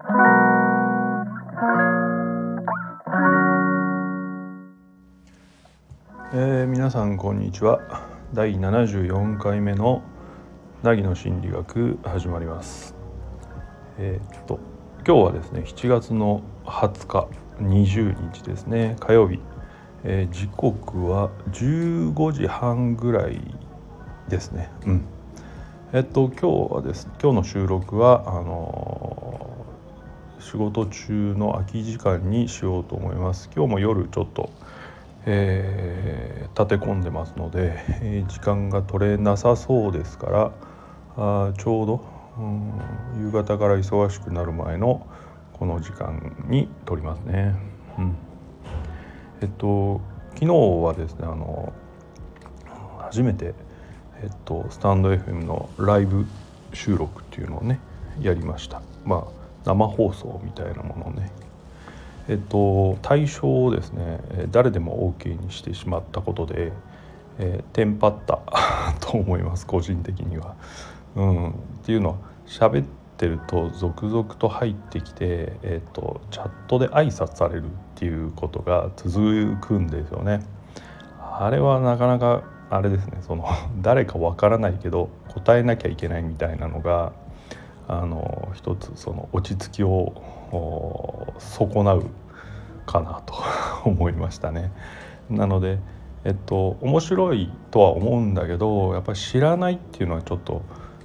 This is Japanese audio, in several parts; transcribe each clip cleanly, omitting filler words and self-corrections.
皆さんこんにちは。第74回目の凪の心理学始まります。今日はですね7月の20日20日ですね、火曜日、時刻は15時半ぐらいですね。今日の収録は仕事中の空き時間にしようと思います。今日も夜ちょっと立て込んでますので、時間が取れなさそうですからちょうど、夕方から忙しくなる前のこの時間に撮りますね。昨日はですね初めて、スタンド FM のライブ収録っていうのをねやりました。生放送みたいなものをね、対象をですね誰でも OK にしてしまったことで、テンパったと思います、個人的には。っていうのは喋ってると続々と入ってきて、チャットで挨拶されるっていうことが続くんですよね。あれはなかなかあれですね、誰かわからないけど答えなきゃいけないみたいなのが一つ落ち着きを損なうかなと思いましたね。なので面白いとは思うんだけど、やっぱり知らないっていうのはちょっと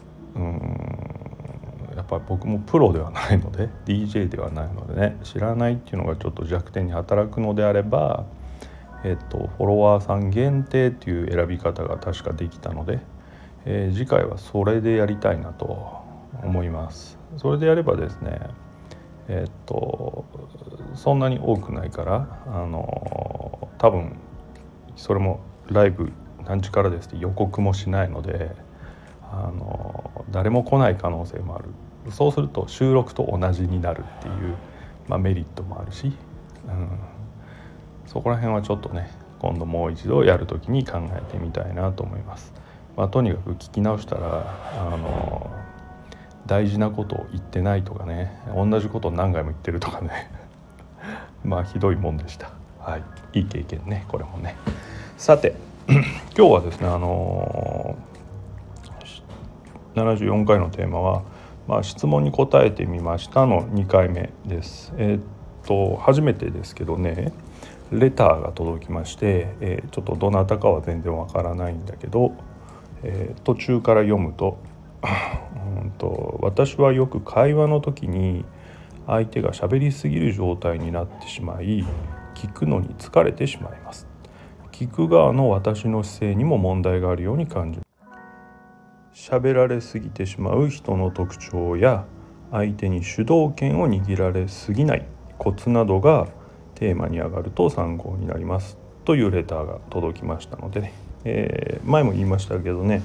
やっぱり僕もプロではないので DJ ではないのでね、知らないっていうのがちょっと弱点に働くのであれば、フォロワーさん限定っていう選び方が確かできたので、次回はそれでやりたいなと思います。それでやればですねそんなに多くないから多分それもライブ何時からですって予告もしないので誰も来ない可能性もある。そうすると収録と同じになるっていう、メリットもあるし、そこら辺はちょっとね今度もう一度やるときに考えてみたいなと思います。とにかく聞き直したら大事なことを言ってないとかね、同じことを何回も言ってるとかねひどいもんでした。いい経験ね、これもね。さて今日はですね74回のテーマは、質問に答えてみましたの2回目です。初めてですけどねレターが届きまして、ちょっとどなたかは全然わからないんだけど、途中から読むと私はよく会話の時に相手が喋りすぎる状態になってしまい、聞くのに疲れてしまいます。聞く側の私の姿勢にも問題があるように感じる。喋られすぎてしまう人の特徴や相手に主導権を握られすぎないコツなどがテーマに上がると参考になりますというレターが届きましたので、前も言いましたけどね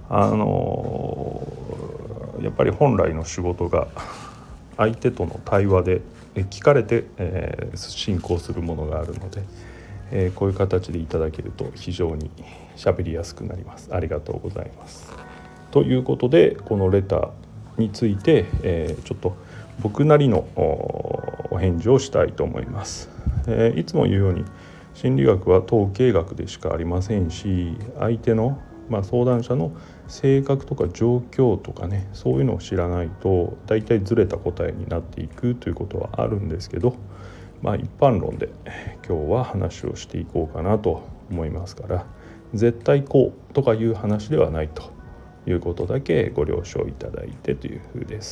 やっぱり本来の仕事が相手との対話で聞かれて、進行するものがあるので、こういう形でいただけると非常に喋りやすくなります。ありがとうございます。ということでこのレターについて、ちょっと僕なりのお返事をしたいと思います。いつも言うように心理学は統計学でしかありませんし、相手の、相談者の性格とか状況とかね、そういうのを知らないと大体ずれた答えになっていくということはあるんですけど、一般論で今日は話をしていこうかなと思いますから、絶対こうとかいう話ではないということだけご了承いただいてというふうです。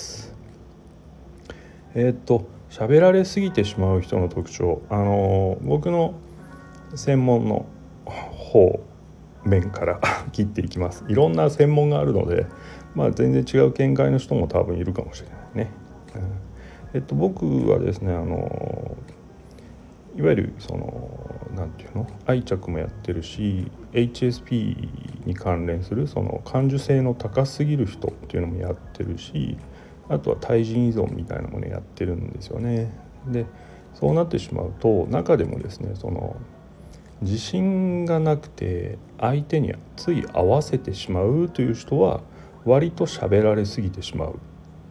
喋られすぎてしまう人の特徴、僕の専門の方面から切っていきます。いろんな専門があるので、全然違う見解の人も多分いるかもしれないね。僕はですねいわゆるなんていうの、愛着もやってるし HSP に関連する感受性の高すぎる人っていうのもやってるし、あとは対人依存みたいなものやってるんですよね。でそうなってしまうと中でもですね自信がなくて相手につい合わせてしまうという人は割と喋られすぎてしまうっ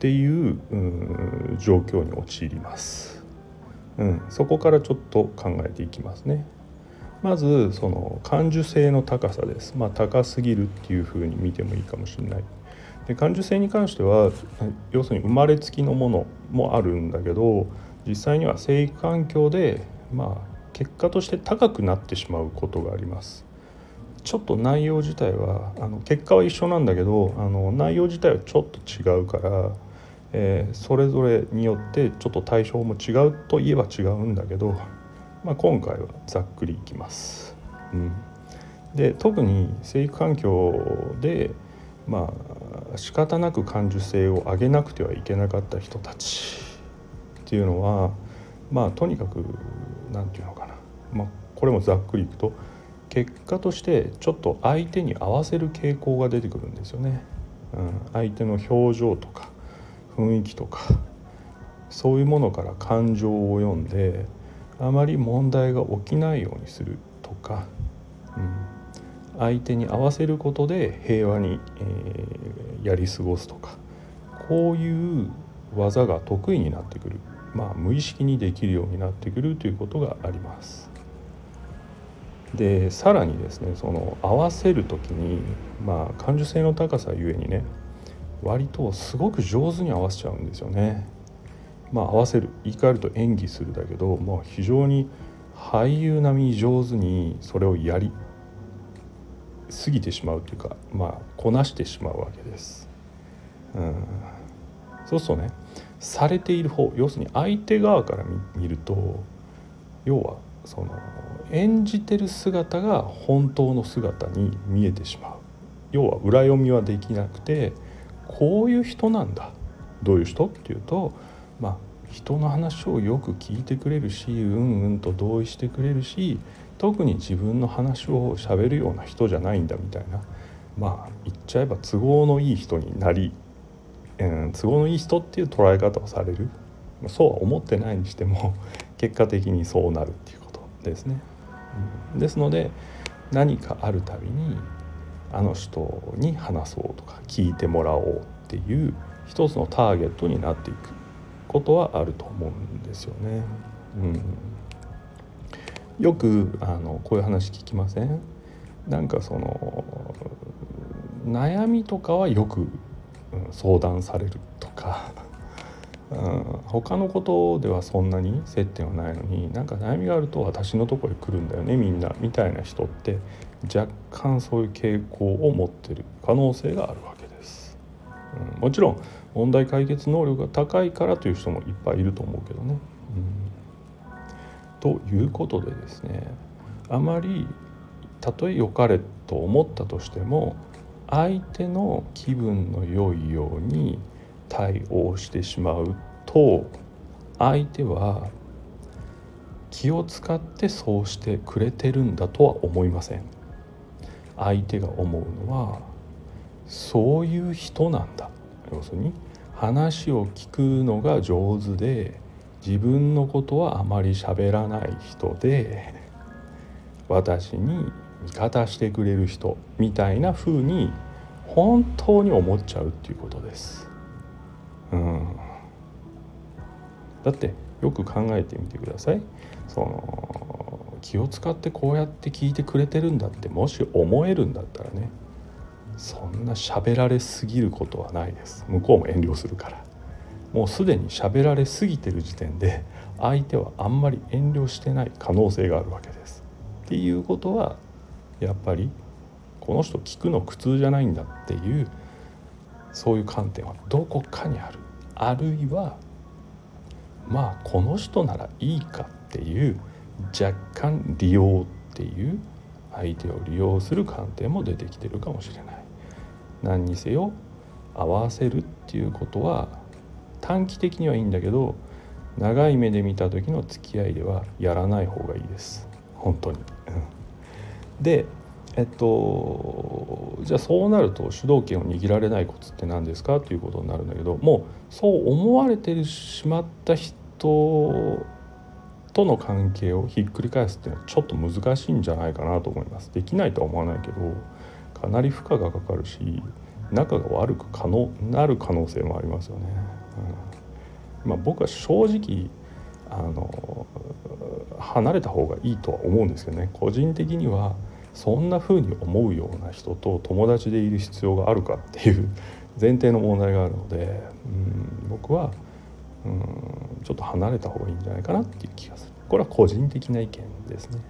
っていう状況に陥ります。そこからちょっと考えていきますね。まずその感受性の高さです。高すぎるっていうふうに見てもいいかもしれない。で感受性に関しては要するに生まれつきのものもあるんだけど、実際には生育環境で結果として高くなってしまうことがあります。ちょっと内容自体は結果は一緒なんだけど内容自体はちょっと違うから、それぞれによってちょっと対象も違うといえば違うんだけど、今回はざっくりいきます。で特に生育環境で仕方なく感受性を上げなくてはいけなかった人たちっていうのはとにかくなんていうのかな、これもざっくりいくと結果としてちょっと相手に合わせる傾向が出てくるんですよね。相手の表情とか雰囲気とかそういうものから感情を読んであまり問題が起きないようにするとか、相手に合わせることで平和に、やり過ごすとか、こういう技が得意になってくる、無意識にできるようになってくるということがあります。でさらにですね、その合わせる時に感受性の高さゆえにね、割とすごく上手に合わせちゃうんですよね。合わせる、言い換えると演技するだけど、非常に俳優並みに上手にそれをやり過ぎてしまうというか、こなしてしまうわけです。そうするとね、されている方、要するに相手側から見ると、要はその演じてる姿が本当の姿に見えてしまう。要は裏読みはできなくて、こういう人なんだ、どういう人っていうと、人の話をよく聞いてくれるし、と同意してくれるし、特に自分の話を喋るような人じゃないんだみたいな、言っちゃえば都合のいい人になり、都合のいい人っていう捉え方をされる。そうは思ってないにしても結果的にそうなるっていうことですね。ですので何かあるたびにあの人に話そうとか聞いてもらおうっていう一つのターゲットになっていくことはあると思うんですよね。よくこういう話聞きません？なんかその悩みとかはよく相談されるとか他のことではそんなに接点はないのに、なんか悩みがあると私のところへ来るんだよねみんなみたいな人って若干そういう傾向を持ってる可能性があるわけです。もちろん問題解決能力が高いからという人もいっぱいいると思うけどね。ということでですね、あまりたとえ良かれと思ったとしても相手の気分の良いように対応してしまうと、相手は気を使ってそうしてくれてるんだとは思いません。相手が思うのはそういう人なんだ、要するに話を聞くのが上手で自分のことはあまり喋らない人で私に味方してくれる人みたいな風に本当に思っちゃうっていうことです。だってよく考えてみてください。その気を使ってこうやって聞いてくれてるんだってもし思えるんだったらね、そんな喋られすぎることはないです。向こうも遠慮するから。もうすでに喋られすぎてる時点で相手はあんまり遠慮してない可能性があるわけです。っていうことはやっぱりこの人聞くの苦痛じゃないんだっていうそういう観点はどこかにある。あるいはこの人ならいいかっていう若干利用っていう相手を利用する観点も出てきてるかもしれない。何にせよ合わせるっていうことは短期的にはいいんだけど長い目で見た時の付き合いではやらない方がいいです本当に。でじゃあそうなると主導権を握られないコツって何ですかということになるんだけど、もうそう思われてしまった人との関係をひっくり返すっていうのはちょっと難しいんじゃないかなと思います。できないとは思わないけどかなり負荷がかかるし、 仲が悪くなる可能性もありますよね。僕は正直離れた方がいいとは思うんですけどね。個人的にはそんな風に思うような人と友達でいる必要があるかっていう前提の問題があるので、僕はちょっと離れた方がいいんじゃないかなっていう気がする。これは個人的な意見ですね。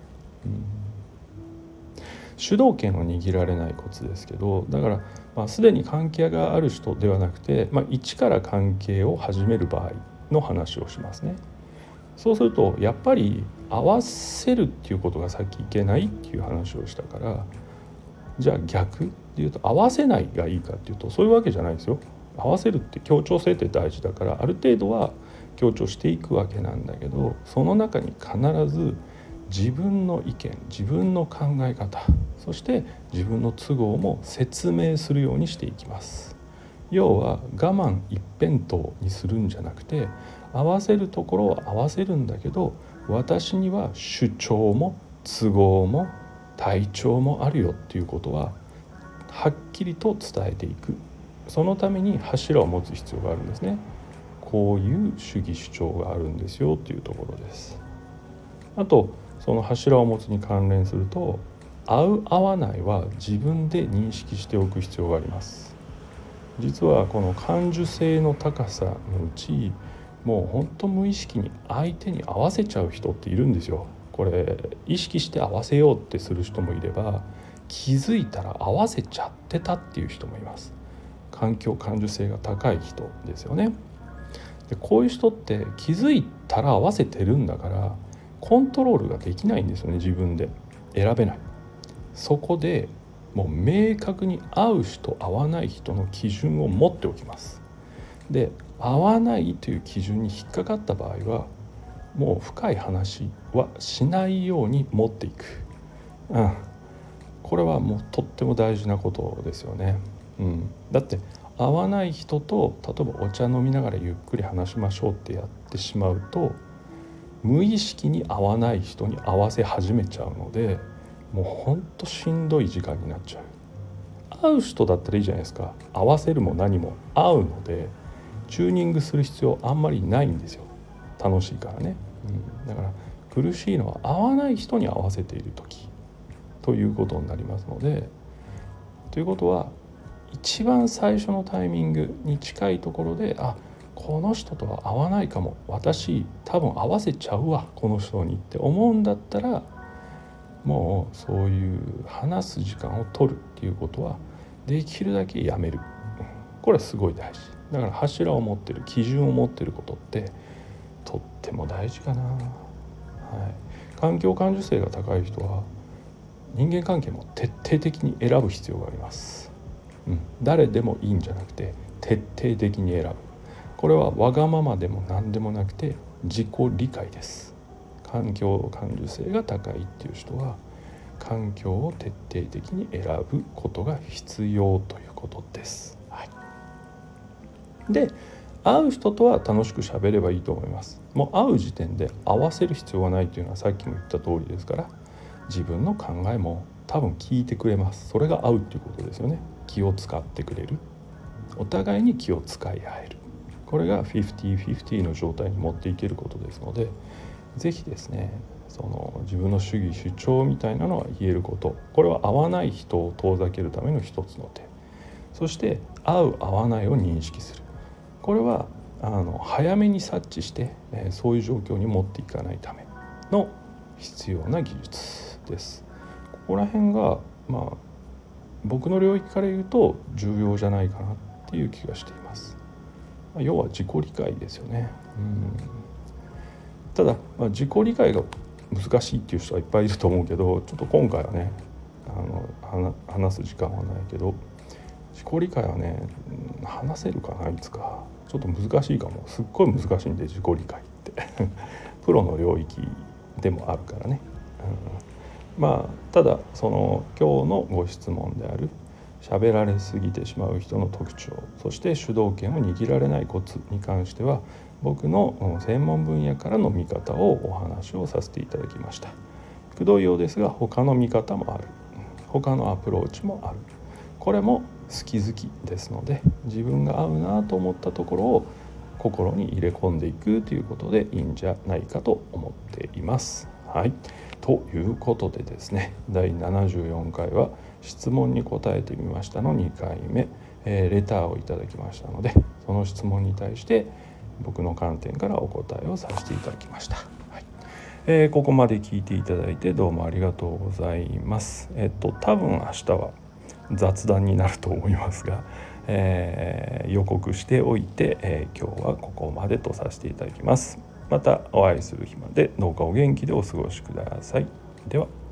主導権を握られないコツですけど、だからすでに関係がある人ではなくて、一から関係を始める場合の話をしますね。そうするとやっぱり合わせるっていうことがさっきいけないっていう話をしたから、じゃあ逆で言うと合わせないがいいかっていうとそういうわけじゃないですよ。合わせるって協調性って大事だから、ある程度は協調していくわけなんだけど、その中に必ず自分の意見、自分の考え方、そして自分の都合も説明するようにしていきます。要は我慢一辺倒にするんじゃなくて、合わせるところは合わせるんだけど、私には主張も都合も体調もあるよっていうことははっきりと伝えていく。そのために柱を持つ必要があるんですね。こういう主義主張があるんですよというところです。あとその柱を持つに関連すると、合う合わないは自分で認識しておく必要があります。実はこの感受性の高さのうち、もう本当無意識に相手に合わせちゃう人っているんですよ。これ意識して合わせようってする人もいれば、気づいたら合わせちゃってたっていう人もいます。感受性が高い人ですよね。でこういう人って気づいたら合わせてるんだからコントロールができないんですよね。自分で選べない。そこでもう明確に合う人合わない人の基準を持っておきます。で合わないという基準に引っかかった場合はもう深い話はしないように持っていく、これはもうとっても大事なことですよね。だって合わない人と例えばお茶飲みながらゆっくり話しましょうってやってしまうと、無意識に合わない人に合わせ始めちゃうので、もうほんとしんどい時間になっちゃう。合う人だったらいいじゃないですか。合わせるも何も合うのでチューニングする必要あんまりないんですよ。楽しいからね。だから苦しいのは合わない人に合わせている時ということになりますので、ということは一番最初のタイミングに近いところで、この人とは合わないかも、私多分合わせちゃうわこの人にって思うんだったら、もうそういう話す時間を取るっていうことはできるだけやめる。これはすごい大事だから、柱を持ってる、基準を持ってることってとっても大事かな。環境感受性が高い人は人間関係も徹底的に選ぶ必要があります。誰でもいいんじゃなくて徹底的に選ぶ。これはわがままでも何でもなくて自己理解です。環境感受性が高いっていう人は環境を徹底的に選ぶことが必要ということです。で会う人とは楽しく喋ればいいと思います。もう会う時点で合わせる必要がないというのはさっきも言った通りですから、自分の考えも多分聞いてくれます。それが会うっていうことですよね。気を使ってくれる、お互いに気を使い合える、これが 50-50 の状態に持っていけることですので、ぜひですね、その自分の主義主張みたいなのは言えること、これは合わない人を遠ざけるための一つの手。そして合う合わないを認識する、これは早めに察知して、そういう状況に持っていかないための必要な技術です。ここら辺が僕の領域から言うと重要じゃないかなっていう気がしています。要は自己理解ですよね。ただ、自己理解が難しいっていう人はいっぱいいると思うけど、ちょっと今回はね話す時間はないけど、自己理解はね話せるかな、いつか。ちょっと難しいかも。すっごい難しいんで自己理解ってプロの領域でもあるからね。ただその今日のご質問である喋られすぎてしまう人の特徴、そして主導権を握られないコツに関しては僕の専門分野からの見方をお話をさせていただきました。くどいようですが他の見方もある、他のアプローチもある。これも好き好きですので、自分が合うなと思ったところを心に入れ込んでいくということでいいんじゃないかと思っています。はい、ということでですね、第74回は質問に答えてみましたの2回目、レターをいただきましたので、その質問に対して僕の観点からお答えをさせていただきました。はい、ここまで聞いていただいてどうもありがとうございます。多分明日は雑談になると思いますが、予告しておいて、今日はここまでとさせていただきます。またお会いする日までどうかお元気でお過ごしください。では。